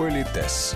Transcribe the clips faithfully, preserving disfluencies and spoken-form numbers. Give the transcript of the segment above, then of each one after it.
Политес.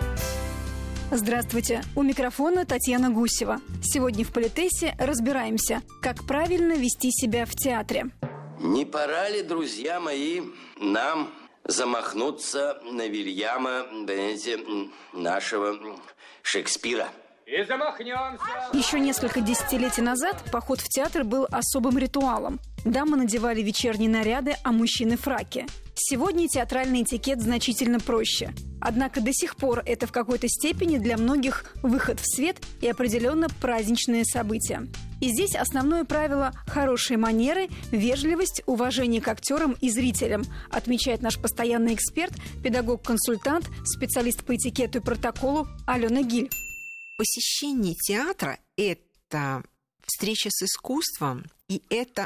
Здравствуйте, у микрофона Татьяна Гусева. Сегодня в Политесе разбираемся, как правильно вести себя в театре. Не пора ли, друзья мои, нам замахнуться на Вильяма, понимаете, нашего Шекспира? И замахнемся! Еще несколько десятилетий назад поход в театр был особым ритуалом. Дамы надевали вечерние наряды, а мужчины – фраки. Сегодня театральный этикет значительно проще. Однако до сих пор это в какой-то степени для многих выход в свет и определенно праздничное событие. И здесь основное правило – хорошие манеры, вежливость, уважение к актерам и зрителям, отмечает наш постоянный эксперт, педагог-консультант, специалист по этикету и протоколу Алена Гиль. Посещение театра – это встреча с искусством, и это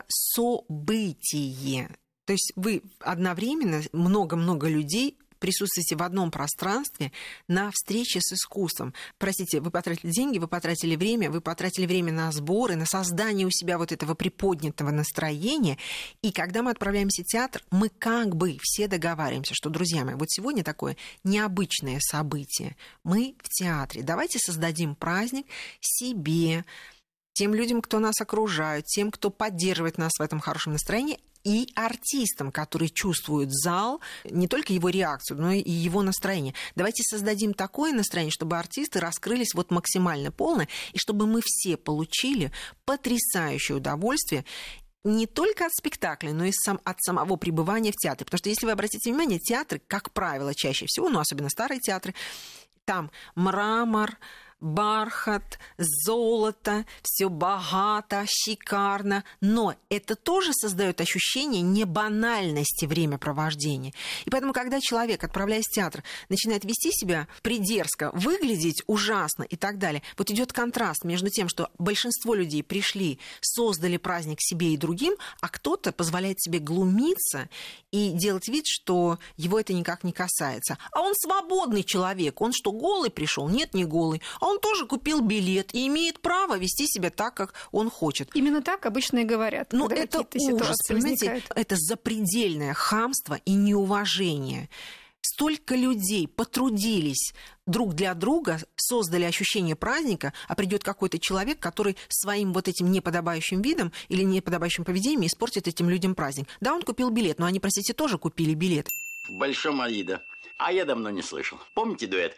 событие. То есть вы одновременно, много-много людей присутствуете в одном пространстве на встрече с искусством. Простите, вы потратили деньги, вы потратили время, вы потратили время на сборы, на создание у себя вот этого приподнятого настроения. И когда мы отправляемся в театр, мы как бы все договариваемся, что, друзья мои, вот сегодня такое необычное событие. Мы в театре. Давайте создадим праздник себе, тем людям, кто нас окружает, тем, кто поддерживает нас в этом хорошем настроении, и артистам, которые чувствуют зал, не только его реакцию, но и его настроение. Давайте создадим такое настроение, чтобы артисты раскрылись вот максимально полно, и чтобы мы все получили потрясающее удовольствие не только от спектакля, но и сам, от самого пребывания в театре. Потому что, если вы обратите внимание, театры, как правило, чаще всего, ну, особенно старые театры, там мрамор, бархат, золото, все богато, шикарно, но это тоже создает ощущение небанальности времяпровождения. И поэтому, когда человек, отправляясь в театр, начинает вести себя придерзко, выглядеть ужасно и так далее, вот идет контраст между тем, что большинство людей пришли, создали праздник себе и другим, а кто-то позволяет себе глумиться и делать вид, что его это никак не касается. А он свободный человек, он что, голый пришел? Нет, не голый. Он тоже купил билет и имеет право вести себя так, как он хочет. Именно так обычно и говорят. Но это ужас, понимаете? Это запредельное хамство и неуважение. Столько людей потрудились друг для друга, создали ощущение праздника, а придет какой-то человек, который своим вот этим неподобающим видом или неподобающим поведением испортит этим людям праздник. Да, он купил билет, но они, простите, тоже купили билет. В Большом Аида. А я давно не слышал. Помните дуэт?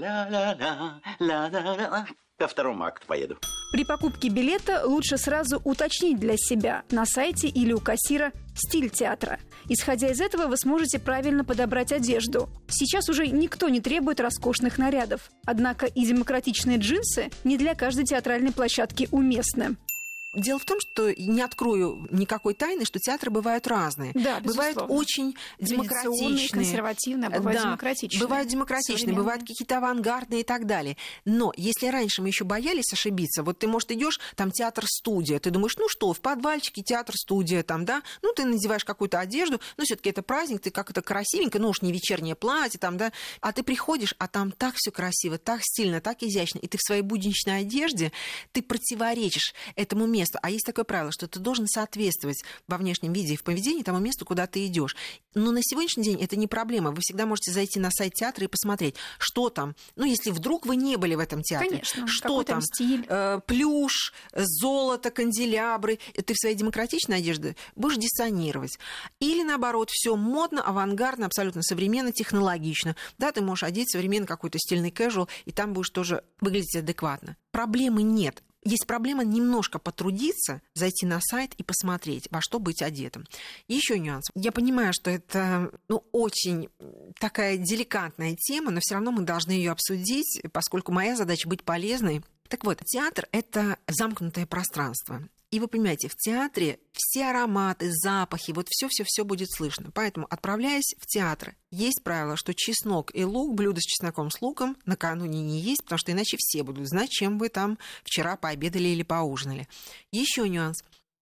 На-ла-ла-ла-ла-ла-ла. Ко второму акту поеду. При покупке билета лучше сразу уточнить для себя на сайте или у кассира стиль театра. Исходя из этого, вы сможете правильно подобрать одежду. Сейчас уже никто не требует роскошных нарядов. Однако и демократичные джинсы не для каждой театральной площадки уместны. Дело в том, что не открою никакой тайны, что театры бывают разные. Да, бывают очень демократичные, консервативные, а бывают да, демократичные. Бывают демократичные, бывают какие-то авангардные и так далее. Но если раньше мы еще боялись ошибиться, вот ты, может, идешь, там театр-студия, ты думаешь, ну что, в подвальчике театр-студия, там, да, ну ты надеваешь какую-то одежду, ну все-таки это праздник, ты как-то красивенько, ну уж не вечернее платье, там, да, а ты приходишь, а там так все красиво, так стильно, так изящно, и ты в своей будничной одежде, ты противоречишь этому месту. А есть такое правило, что ты должен соответствовать во внешнем виде и в поведении тому месту, куда ты идешь. Но на сегодняшний день это не проблема. Вы всегда можете зайти на сайт театра и посмотреть, что там. Ну, если вдруг вы не были в этом театре. Конечно, что там? там стиль? Э, плюш, золото, канделябры. Ты в своей демократичной одежде будешь диссонировать. Или, наоборот, все модно, авангардно, абсолютно современно, технологично. Да, ты можешь одеть современный какой-то стильный casual, и там будешь тоже выглядеть адекватно. Проблемы нет. Есть проблема немножко потрудиться, зайти на сайт и посмотреть, во что быть одетым. Еще нюанс. Я понимаю, что это ну, очень такая деликатная тема, но все равно мы должны ее обсудить, поскольку моя задача быть полезной. Так вот, театр – это замкнутое пространство. И вы понимаете, в театре все ароматы, запахи, вот все-все-все будет слышно. Поэтому, отправляясь в театр, есть правило, что чеснок и лук, блюдо с чесноком с луком накануне не есть, потому что иначе все будут знать, чем вы там вчера пообедали или поужинали. Еще нюанс.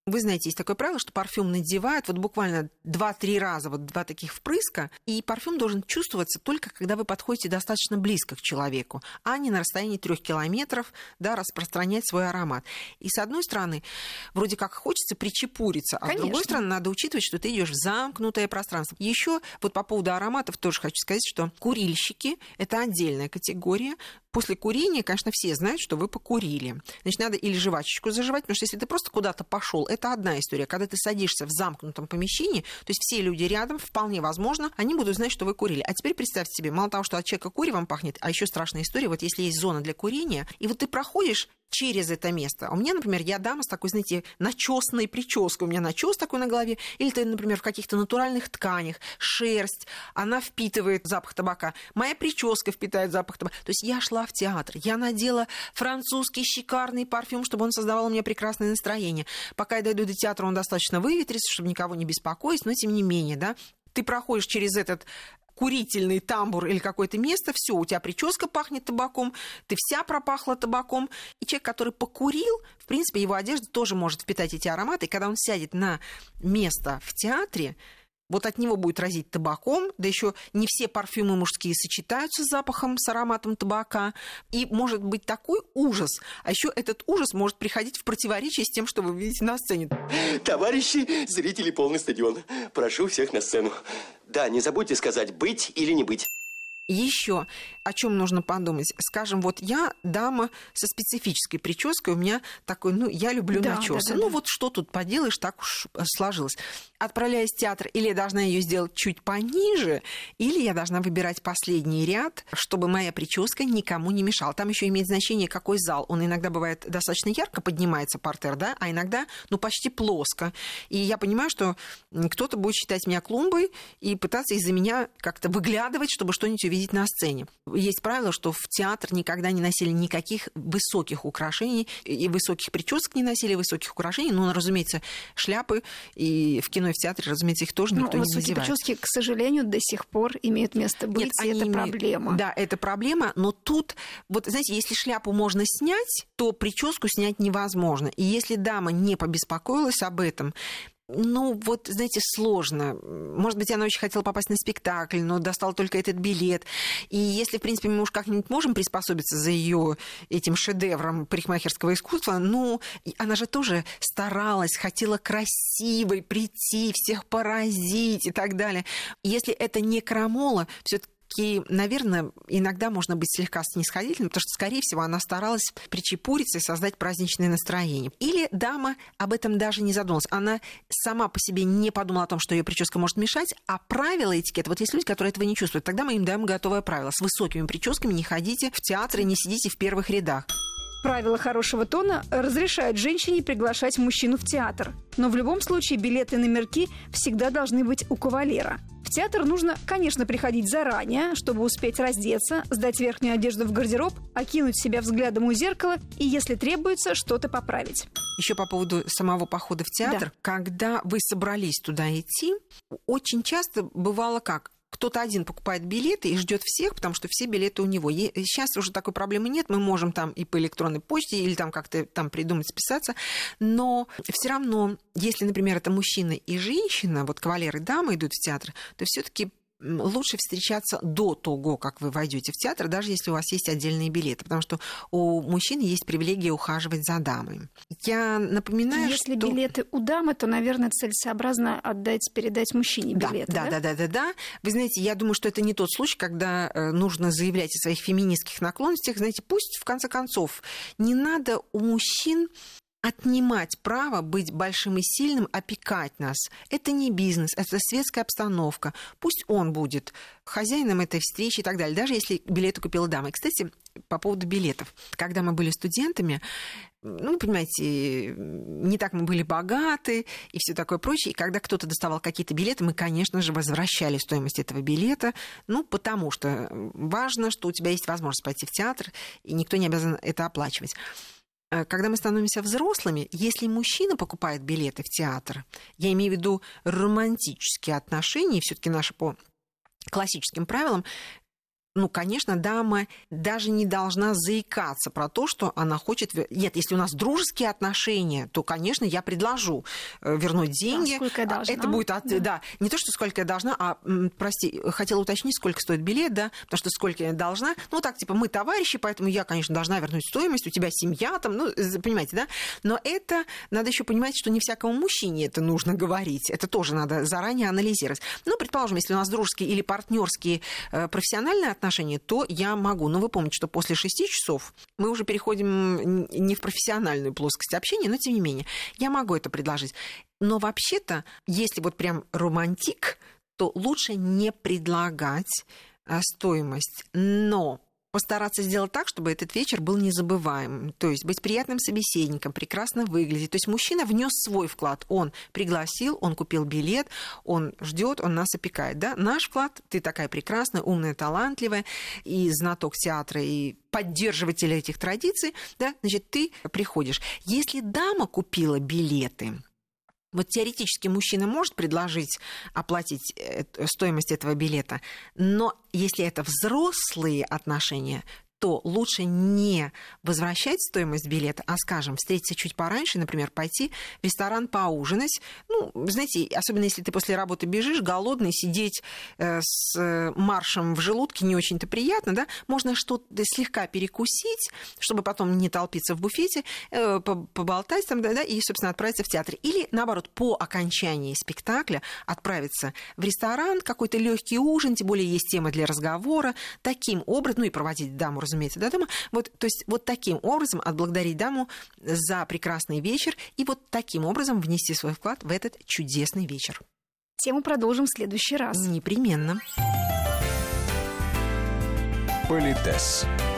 Вы знаете, есть такое правило, что парфюм надевают вот буквально два-три раза, вот два таких впрыска, и парфюм должен чувствоваться только когда вы подходите достаточно близко к человеку, а не на расстоянии трех километров, да, распространять свой аромат. И с одной стороны, вроде как хочется причепуриться, а Конечно. С другой стороны, надо учитывать, что ты идешь в замкнутое пространство. Еще вот по поводу ароматов тоже хочу сказать, что курильщики – это отдельная категория. После курения, конечно, все знают, что вы покурили. Значит, надо или жвачечку заживать, потому что если ты просто куда-то пошел, это одна история. Когда ты садишься в замкнутом помещении, то есть все люди рядом, вполне возможно, они будут знать, что вы курили. А теперь представьте себе, мало того, что от человека куревом пахнет, а еще страшная история, вот если есть зона для курения, и вот ты проходишь через это место. У меня, например, я дама с такой, знаете, начесанной прической. У меня начес такой на голове. Или ты, например, в каких-то натуральных тканях, шерсть, она впитывает запах табака. Моя прическа впитает запах табака. То есть я шла в театр, я надела французский шикарный парфюм, чтобы он создавал у меня прекрасное настроение. Пока я дойду до театра, он достаточно выветрится, чтобы никого не беспокоить, но тем не менее, да, ты проходишь через этот курительный тамбур или какое-то место, все, у тебя прическа пахнет табаком, ты вся пропахла табаком. И человек, который покурил, в принципе, его одежда тоже может впитать эти ароматы. И когда он сядет на место в театре, вот от него будет разить табаком, да еще не все парфюмы мужские сочетаются с запахом, с ароматом табака, и может быть такой ужас, а еще этот ужас может приходить в противоречие с тем, что вы видите на сцене. Товарищи, зрители, полный стадион, прошу всех на сцену. Да, не забудьте сказать «быть» или «не быть». Еще о чем нужно подумать. Скажем, вот я дама со специфической прической, у меня такой, ну, я люблю да, начесы. Да, да, ну, да. Вот что тут поделаешь, так уж сложилось. Отправляясь в театр, или я должна ее сделать чуть пониже, или я должна выбирать последний ряд, чтобы моя прическа никому не мешала. Там еще имеет значение, какой зал. Он иногда бывает достаточно ярко поднимается, партер, да, а иногда, ну, почти плоско. И я понимаю, что кто-то будет считать меня клумбой и пытаться из-за меня как-то выглядывать, чтобы что-нибудь увидеть видеть на сцене. Есть правило, что в театр никогда не носили никаких высоких украшений, и высоких причесок не носили, высоких украшений, но, разумеется, шляпы, и в кино, и в театре, разумеется, их тоже никто ну, не надевает. Высокие прически, к сожалению, до сих пор имеют место быть, Нет, и это имеют... проблема. Да, это проблема, но тут, вот, знаете, если шляпу можно снять, то прическу снять невозможно. И если дама не побеспокоилась об этом, ну, вот, знаете, сложно. Может быть, она очень хотела попасть на спектакль, но достала только этот билет. И если, в принципе, мы уж как-нибудь можем приспособиться за ее этим шедевром парикмахерского искусства, ну, она же тоже старалась, хотела красивой прийти, всех поразить и так далее. Если это не крамола, все-таки И, наверное, иногда можно быть слегка снисходительным, потому что, скорее всего, она старалась причепуриться и создать праздничное настроение. Или дама об этом даже не задумалась. Она сама по себе не подумала о том, что ее прическа может мешать, а правила этикета, вот есть люди, которые этого не чувствуют, тогда мы им даем готовое правило. С высокими прическами не ходите в театр и не сидите в первых рядах. Правила хорошего тона разрешают женщине приглашать мужчину в театр. Но в любом случае билеты и номерки всегда должны быть у кавалера. В театр нужно, конечно, приходить заранее, чтобы успеть раздеться, сдать верхнюю одежду в гардероб, окинуть себя взглядом у зеркала и, если требуется, что-то поправить. Еще по поводу самого похода в театр. Да. Когда вы собрались туда идти, очень часто бывало как? Кто-то один покупает билеты и ждет всех, потому что все билеты у него. И сейчас уже такой проблемы нет, мы можем там и по электронной почте, или там как-то там придумать, списаться, но все равно, если, например, это мужчина и женщина, вот кавалер и дама идут в театр, то все-таки лучше встречаться до того, как вы войдете в театр, даже если у вас есть отдельные билеты, потому что у мужчин есть привилегия ухаживать за дамой. Я напоминаю, если что... билеты у дамы, то, наверное, целесообразно отдать, передать мужчине билеты. Да, да, да, да, да, да. Вы знаете, я думаю, что это не тот случай, когда нужно заявлять о своих феминистских наклонностях. Знаете, пусть, в конце концов, не надо у мужчин отнимать право быть большим и сильным, опекать нас. Это не бизнес, это светская обстановка. Пусть он будет хозяином этой встречи и так далее, даже если билеты купила дама. И, кстати, по поводу билетов. Когда мы были студентами, ну, понимаете, не так мы были богаты и все такое прочее. И когда кто-то доставал какие-то билеты, мы, конечно же, возвращали стоимость этого билета, ну, потому что важно, что у тебя есть возможность пойти в театр, и никто не обязан это оплачивать. Когда мы становимся взрослыми, если мужчина покупает билеты в театр, я имею в виду романтические отношения, все-таки наши по классическим правилам, ну, конечно, дама даже не должна заикаться про то, что она хочет... Нет, если у нас дружеские отношения, то, конечно, я предложу вернуть деньги. А сколько я должна? Это будет... От... Да. да, не то, что сколько я должна, а, прости, хотела уточнить, сколько стоит билет, да, потому что сколько я должна. Ну, так, типа, мы товарищи, поэтому я, конечно, должна вернуть стоимость, у тебя семья там, ну, понимаете, да? Но это надо еще понимать, что не всякому мужчине это нужно говорить. Это тоже надо заранее анализировать. Ну, предположим, если у нас дружеские или партнерские профессиональные отношения, то я могу. Но вы помните, что после шести часов мы уже переходим не в профессиональную плоскость общения, но тем не менее, я могу это предложить. Но вообще-то, если вот прям романтик, то лучше не предлагать стоимость, но постараться сделать так, чтобы этот вечер был незабываемым. То есть быть приятным собеседником, прекрасно выглядеть. То есть мужчина внес свой вклад. Он пригласил, он купил билет, он ждет, он нас опекает. Да? Наш вклад, ты такая прекрасная, умная, талантливая, и знаток театра, и поддерживатель этих традиций, да? Значит, ты приходишь. Если дама купила билеты, вот теоретически мужчина может предложить оплатить стоимость этого билета, но если это взрослые отношения, то лучше не возвращать стоимость билета, а, скажем, встретиться чуть пораньше, например, пойти в ресторан поужинать. Ну, знаете, особенно если ты после работы бежишь, голодный, сидеть э, с маршем в желудке не очень-то приятно, да? Можно что-то слегка перекусить, чтобы потом не толпиться в буфете, э, поболтать там, да, да, и, собственно, отправиться в театр. Или, наоборот, по окончании спектакля отправиться в ресторан, какой-то легкий ужин, тем более есть тема для разговора, таким образом, ну и проводить даму, разумеется, до дома. Вот, то есть вот таким образом отблагодарить даму за прекрасный вечер и вот таким образом внести свой вклад в этот чудесный вечер. Тему продолжим в следующий раз. Непременно. Политес.